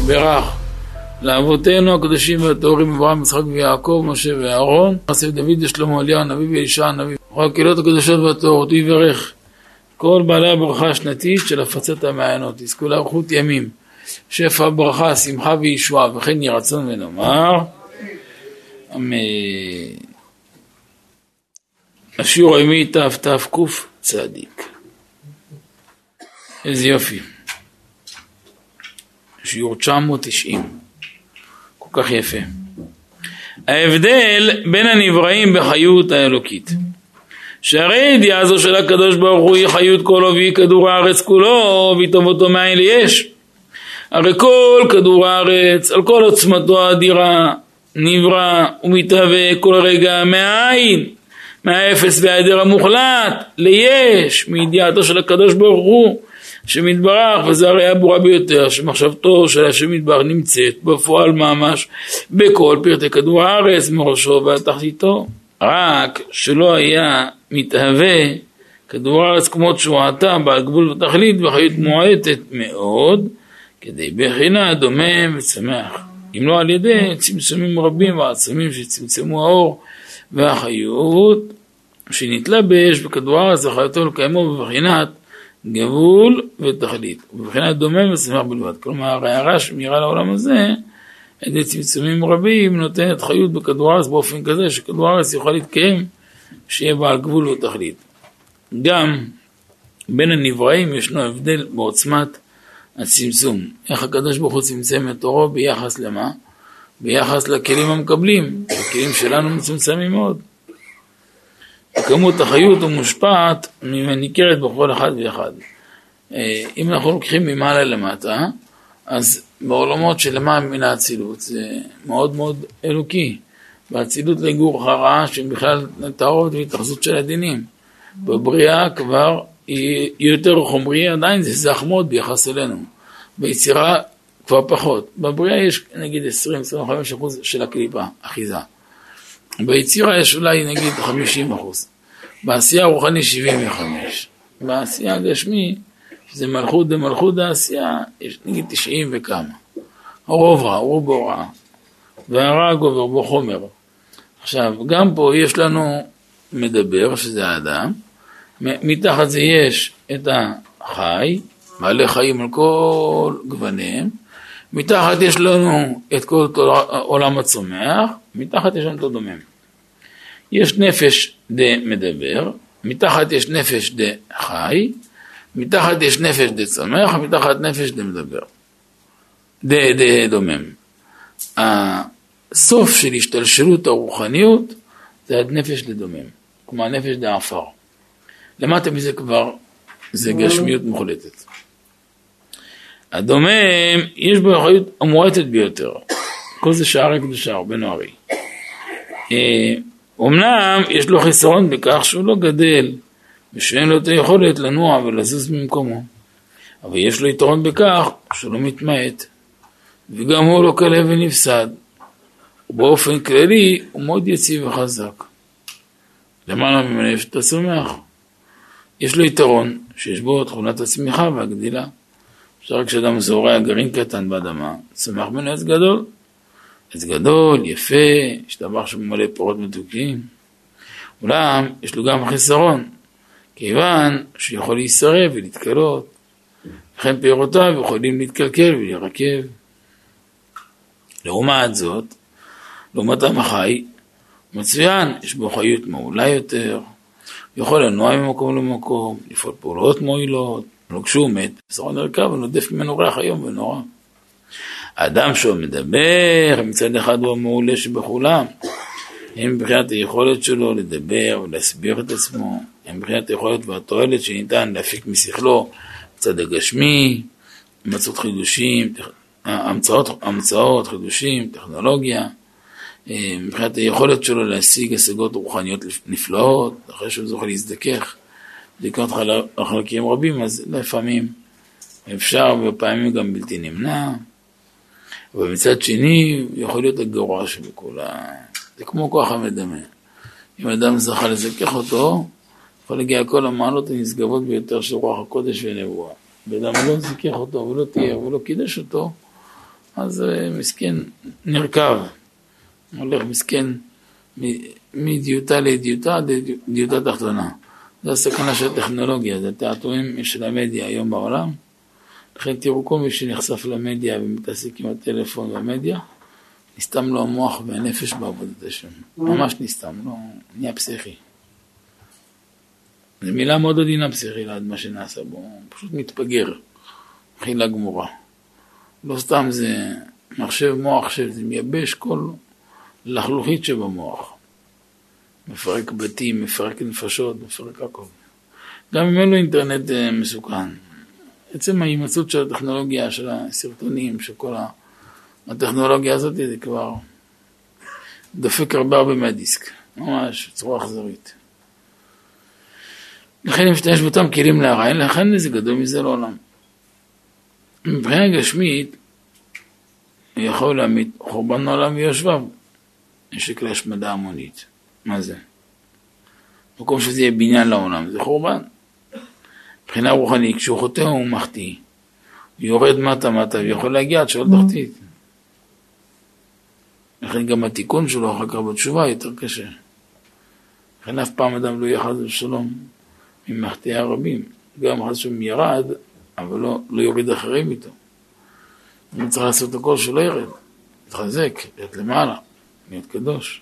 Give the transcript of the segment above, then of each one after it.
שברך לאבותינו הקדושים והטהורים אברהם, יצחק ויעקב, משה ואהרון, יוסף, דוד ושלמה, אליהו הנביא ואלישע הנביא, וכל הקהילות הקדושות והטהורות, הוא יברך כל בעלי הברכה השנתית של הפצת המעיינות, יזכו לאריכות ימים, שפע ברכה, שמחה וישועה, וכן יהי רצון ונאמר אמן. השיעור היומי תק"צ. איזה יופי, שיעור 990, כל כך יפה. ההבדל בין הנבראים בחיות האלוקית, שהרי הידיעה זו של הקדוש ברוך הוא היא חיות כולו והיא כדור הארץ כולו והיא טובתו מאין ליש. הרי כל כדור הארץ על כל עוצמתו האדירה נברא ומתהווה כל רגע מהעין, מהאפס וההיעדר המוחלט ליש, מידיעתו של הקדוש ברוך הוא שמתברך, וזה הרי הברורה ביותר שמחשבתו של השם מתברך נמצאת בפועל ממש בכל פרטי כדור הארץ מראשו ועד תחתיתו. רק שלא היה מתהווה כדור הארץ כמו תשועתה בעל גבול ותכלית וחיות מועטת מאוד כדי בחינה דומם וצמח, אם לא על ידי צמצומים רבים ועצמים שצמצמו האור והחיות שנתלבש בכדור הארץ לחייתו לקיימו בבחינת גבול ותכלית ובבחינת דומם וצמח בלבד. כלומר ההערה שמירה לעולם הזה על ידי צמצומים רבים נותנת חיות בכדור הארץ באופן כזה שכדור הארץ יוכל להתקיים שיהיה בעל גבול ותכלית. גם בין הנבראים ישנו הבדל בעוצמת הצמצום, איך הקדוש ברוך הוא צמצם את אורו ביחס למה? ביחס לכלים המקבלים, הכלים שלנו מצומצמים מאוד. כמות החיות ומושפעת מניכרת בכל אחד ואחד. אם אנחנו לוקחים ממעלה למטה, אז בעולמות שלמעלה מן האצילות זה מאוד מאוד אלוקי. באצילות לגור חרעה שבכלל תאורות והתרחזות של הדינים. בבריאה כבר היא יותר חומרי, עדיין זה זחמות ביחס אלינו. ביצירה כבר פחות. בבריאה יש נגיד 20-25% של הקליפה, אחיזה. ביצירה יש אולי נגיד 50%. בעשייה הרוחני 75. בעשייה הגשמי, שזה מלכות דמלכות העשייה, יש נגיד 90 וכמה. הרוב רע, רוב רע. והרע גובר בו חומר. עכשיו, גם פה יש לנו מדבר, שזה האדם. מתחת זה יש את החי, בעלי חיים על כל גוונים. מתחת יש לנו את כל עולם הצומח. מתחת יש לנו את הדומם. יש נפש דה מדבר, מתחת יש נפש דה חי, מתחת יש נפש דה צומח, מתחת נפש דה מדבר. דה דומם. הסוף של השתלשלות הרוחניות זה עד נפש דה דומם. כלומר נפש דה עפר. למטה מזה כבר זה גשמיות מוחלטת. הדומם יש בו החיות המועטת ביותר. כל זה שערי קדושה, הרבה נוערי. אמנם יש לו חיסרון בכך שהוא לא גדל ושאין לו את היכולת לנוע ולזוז במקומו, אבל יש לו יתרון בכך שהוא לא מתמעט וגם הוא לא קלה ונפסד, ובאופן כללי הוא מאוד יציב וחזק למעלה ממנו שאתה צומח. יש לו יתרון שיש בו תכונת הצמיחה והגדילה. אפשר כשאדם זורע גרעין קטן באדמה צומח ממנו עץ גדול, עץ גדול, יפה, השתבח שממלא פירות מתוקים. אולם יש לו גם חיסרון, כיוון שיכול להישרף ולהתקלות, וכן פירותיו יכולים להתקלקל ולהירקב. לעומת זאת, לעומת החי, מצוין, יש בו חיות מעולה יותר, יכול לנוע ממקום למקום, לפעול פעולות מועילות, לא כשהוא מת, שרון הרכב ונודף ממנו ריח היום ונורא. האדם שהוא מדבר, מצד אחד הוא המעולה שבכולם, הם מבחינת היכולת שלו לדבר ולהסביר את עצמו, הם מבחינת היכולת והתועלת שניתן להפיק משכלו, מצד הגשמי, מצאות חידושים, המצאות, חידושים, טכנולוגיה, מבחינת היכולת שלו להשיג השגות רוחניות נפלאות, אחרי שהוא זוכה להזדכך, לקנות חלקים רבים, אז לפעמים אפשר בפעמים גם בלתי נמנע, ומצד שני יכול להיות הגרוע שבכולה. זה כמו כוח המדמה. אם אדם זכה לזכך אותו, יכול להגיע כל המעלות הנשגבות ביותר של רוח הקודש ונבואה. ואדם לא זכך אותו ולא תהיה ולא קידש אותו, אז מסכן נרכב, הולך מסכן מדיוטה לדיוטה, דיוטה תחתונה. זו הסכנה של הטכנולוגיה, זה התעתועים של המדיה היום בעולם. לכן תראו כל מי שנחשף למדיה ומתעסק עם הטלפון והמדיה, נסתם לו המוח והנפש בעבודת השם. ממש נסתם, לא נהיה פסיכי. זו מילה מאוד עדינה פסיכי לעד מה שנעשה בו, פשוט מתפגר, חילה גמורה. לא סתם זה מחשב מוח שזה מייבש כל לחלוכית שבמוח. מפרק בתים, מפרק נפשות, מפרק הכל. גם אם אין לו אינטרנט מסוכן. עצם ההימצאות של הטכנולוגיה, של הסרטונים, של כל הטכנולוגיה הזאת, זה כבר דופק הרבה מהדיסק. ממש, בצורה אכזרית. לכן אם משתמש באותם כלים להרע, אין לכן איזה גדול מזה לעולם. מבחינה גשמית, הוא יכול להעמיד חורבן העולם ויושביו. יש כלי השמדה המונית. מה זה? מקום שזה יהיה בניין לעולם, זה חורבן. מבחינה רוחנית, כשהוא חוטא הוא מחטיא. הוא יורד מטה ויכול להגיע עד שאול תחתית. לכן גם התיקון שלו אחר כך בתשובה יותר קשה. לכן אף פעם אדם לא יהיה חס ושלום ממחטאי הרבים. גם חס ושלום ירד, אבל לא יוריד אחרים איתו. הוא צריך לעשות הכל שלא ירד. להתחזק, להיות למעלה, להיות קדוש.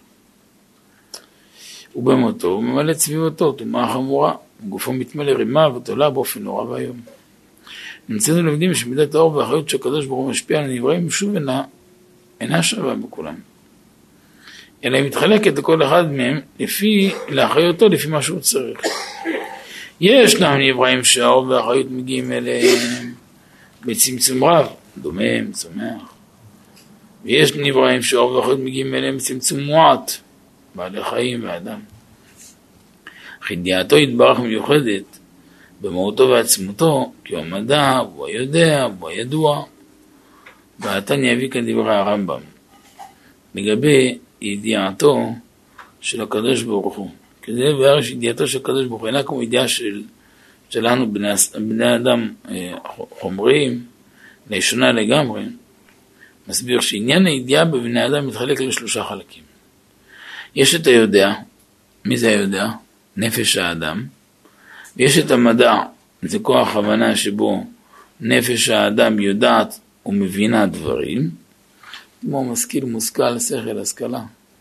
ובמותו הוא ממלא את סביבתו, טומאה חמורה, גופו מתמלא רימה ותולה באופן נורא והיום. נמצאנו לומדים שמידת האור והאחריות שהקדוש ברוך הוא משפיע על הנבראים שוב אינה שווה בכולם. אלא היא מתחלקת לכל אחד מהם לאחריותו לפי מה שהוא צריך. ישנם נבראים שהאור והאחריות מגיעים אליהם בצמצום רב, דומם, צומח. ויש נבראים שהאור והאחריות מגיעים אליהם בצמצום מועט, בעלי חיים ואדם. אך ידיעתו יתברך מיוחדת במהותו ועצמותו, כי הוא המדע, הוא היודע, הוא הידוע. ועתני יביא כאן דברי הרמב"ם לגבי ידיעתו של הקדוש ברוך הוא. כדי לבאר שידיעתו של הקדוש ברוך הוא אינה כמו ידיעה שלנו בני אדם חומריים, לשונה לגמרי. מסביר שעניין הידיעה בבני אדם מתחלק לשלושה חלקים. יש את היודע, מי זה היודע? נפש האדם. ויש את המדע, זה כוח הבנה שבו נפש האדם יודעת ומבינה דברים, כמו משכיל, מושכל, שכל, השכלה.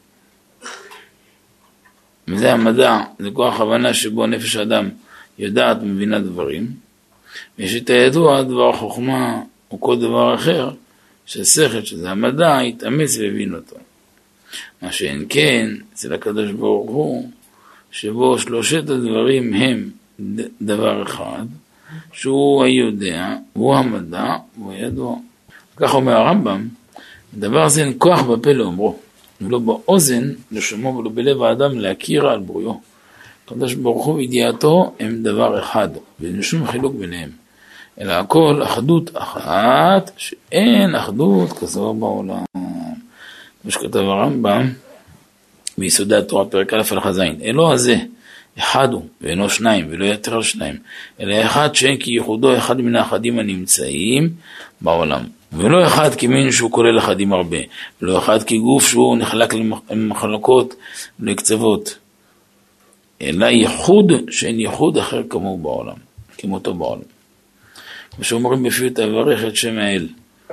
וזה המדע, זה כוח הבנה שבו נפש האדם יודעת ומבינה דברים. ויש את הידוע, דבר חוכמה או כל דבר אחר, שהשכל, שזה המדע, יתאמץ והבין אותו. מה שאין כן, אצל הקדוש ברוך הוא, שבו שלושת הדברים הם דבר אחד, שהוא היודע, הוא המדע, הוא הידוע. כך אומר הרמב"ם, הדבר הזה אין כוח בפה לאומרו, ולא באוזן לשמו ולא בלב האדם להכיר על ברויו. הקדוש ברוך הוא וידיעתו הם דבר אחד, ואין שום חילוק ביניהם, אלא הכל אחדות אחת, שאין אחדות כזו בעולם. כמו שכתב הרמב"ם, ביסודי התורה, פרק א' הלכה ז', אלוה הזה, אחד הוא, ואינו שניים, ולא יותר שניים, אלא אחד שאין כי ייחודו אחד מן האחדים הנמצאים בעולם. ולא אחד כמין שהוא כולל אחדים הרבה, ולא אחד כגוף שהוא נחלק למחלקות ולקצוות, אלא ייחוד שאין ייחוד אחר כמוהו בעולם, כמותו בעולם. כמו שאומרים בפיוט הברך את שם האל,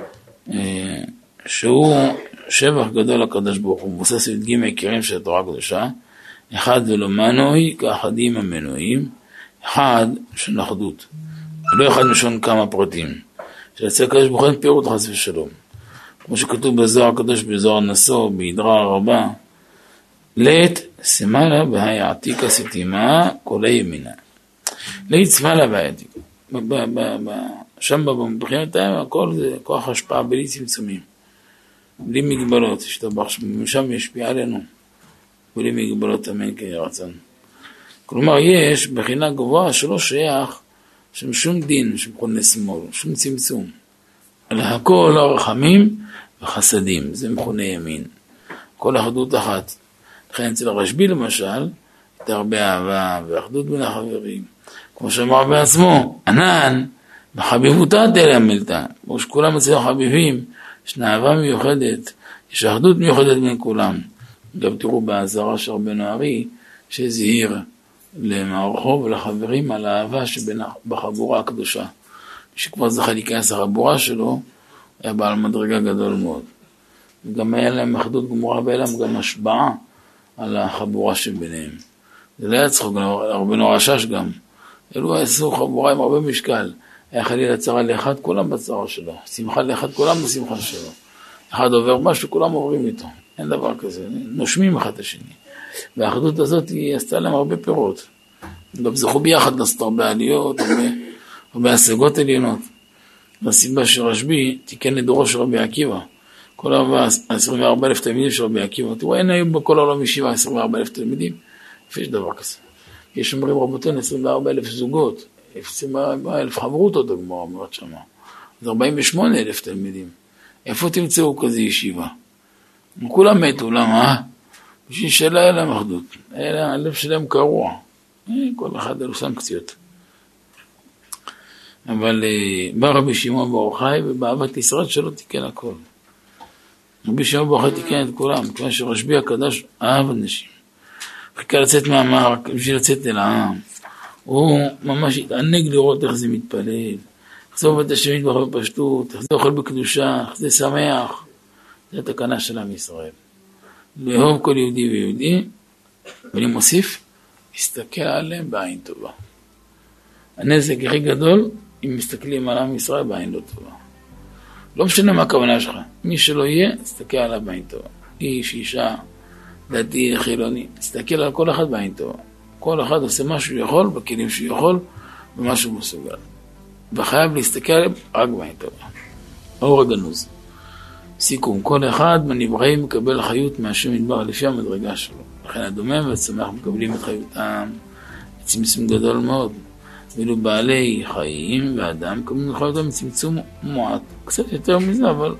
שהוא שבח גדול הקדוש ברוך הוא, מבוסס י"ג עיקרים של התורה הקדושה, אחד ולא מנוי כאחדים המנויים, אחד של אחדות, ולא אחד משון כמה פרטים, שאצל הקדוש ברוך הוא אין פירוט חס ושלום, כמו שכתוב בזוהר הקדוש בזוהר נסו, בהדרה הרבה, לית שמאלה בהי עתיקה סתימה כל הימינה. לית שמאלה בהי עתיקה. שם בבחינת הים הכל זה כוח השפעה בלי צמצומים, בלי מגבלות, שמשם ישפיע עלינו, בלי מגבלות אמן כן יהי רצון. כלומר יש בחינה גבוהה שלא שייך שם שום דין שמכונה שמאל, שום צמצום, אלא הכל הרחמים וחסדים, זה מכונה ימין, כל אחדות אחת. לכן אצל הרשב"י למשל, הייתה הרבה אהבה ואחדות בין החברים, כמו שאמר בעצמו, ענן, בחביבותה תלה מלתה, כמו שכולם אצלנו חביבים, ישנה אהבה מיוחדת, יש אחדות מיוחדת בין כולם. גם תראו בהזהרה של רבנו הארי, שזהיר למערכו ולחברים על האהבה שבחבורה הקדושה. מי שכבר זכה להיכנס לחבורה שלו, היה בעל מדרגה גדול מאוד. וגם היה להם אחדות גמורה, והיה להם גם השפעה על החבורה שביניהם. זה לא היה צחוק, רבנו הרשש גם. אלו עשו חבורה עם הרבה משקל. היה חלילה צרה לאחד, כולם בצרה שלו. שמחה לאחד, כולם בשמחה שלו. אחד עובר משהו, כולם עוברים איתו. אין דבר כזה, נושמים אחד השני. והאחדות הזאת היא עשתה להם הרבה פירות. גם זכו ביחד לעשות הרבה עליות, הרבה השגות עליונות. והסיבה שרשב"י תיקן את דורו של רבי עקיבא. כל 24,000 תלמידים של רבי עקיבא. תראו, אין היום בכל העולם ישיבה 24,000 תלמידים. איפה יש דבר כזה? יש אומרים רבותינו 24,000 זוגות, 24,000 חברותות הגמרא אומרת שמה. אז 48,000 תלמידים. איפה תמצאו כזה ישיבה? כולם מתו, למה? בשביל שאלה היה להם אחדות. הלב שלהם קרוע. כל אחד אלו סנקציות. אבל בא רבי שמעון בר יוחאי ובאהבת ישראל שלו תיקן הכל. רבי שמעון בר יוחאי תיקן את כולם, כיוון שרשב"י הקדוש אהב אנשים. חיכה לצאת מהמערק, בשביל לצאת אל העם. הוא ממש התענג לראות איך זה מתפלל. איך זה עובד השם יתברך בפשטות, איך זה אוכל בקדושה, איך זה שמח. זה התקנה של עם ישראל. לאהוב כל יהודי ויהודי, ואני מוסיף, להסתכל עליהם בעין טובה. הנזק הכי גדול, אם מסתכלים על עם ישראל בעין לא טובה. לא משנה מה הכוונה שלך. מי שלא יהיה, תסתכל עליו בעין טובה. איש, אישה, דתי, חילוני. תסתכל על כל אחד בעין טובה. כל אחד עושה מה שהוא יכול, בכלים שהוא יכול, ומה שהוא מסוגל. וחייב להסתכל עליהם רק בעין טובה. אור הגנוז. סיכום, כל אחד מהנבראים מקבל חיות מהשם יתברך לפי המדרגה שלו. לכן הדומם והצמח מקבלים את חיותם. צמצום גדול מאוד. ואילו בעלי חיים ואדם מקבלים את חיותם מצמצום מועט. קצת יותר מזה, אבל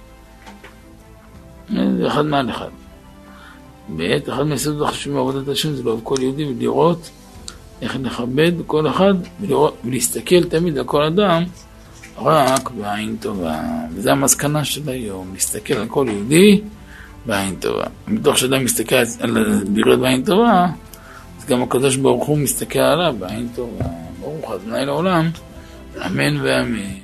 זה אחד מעל אחד. בעת אחד מהיסודות החשובים בעבודת השם זה לאהוב כל יהודי ולראות איך לכבד כל אחד ולהסתכל תמיד על כל אדם רק בעין טובה. וזו המסקנה של היום, להסתכל על כל יהודי בעין טובה. מתוך שאדם מסתכל על לראות בעין טובה, אז גם הקדוש ברוך הוא מסתכל עליו בעין טובה. ברוך ה' לעולם, אמן ואמן.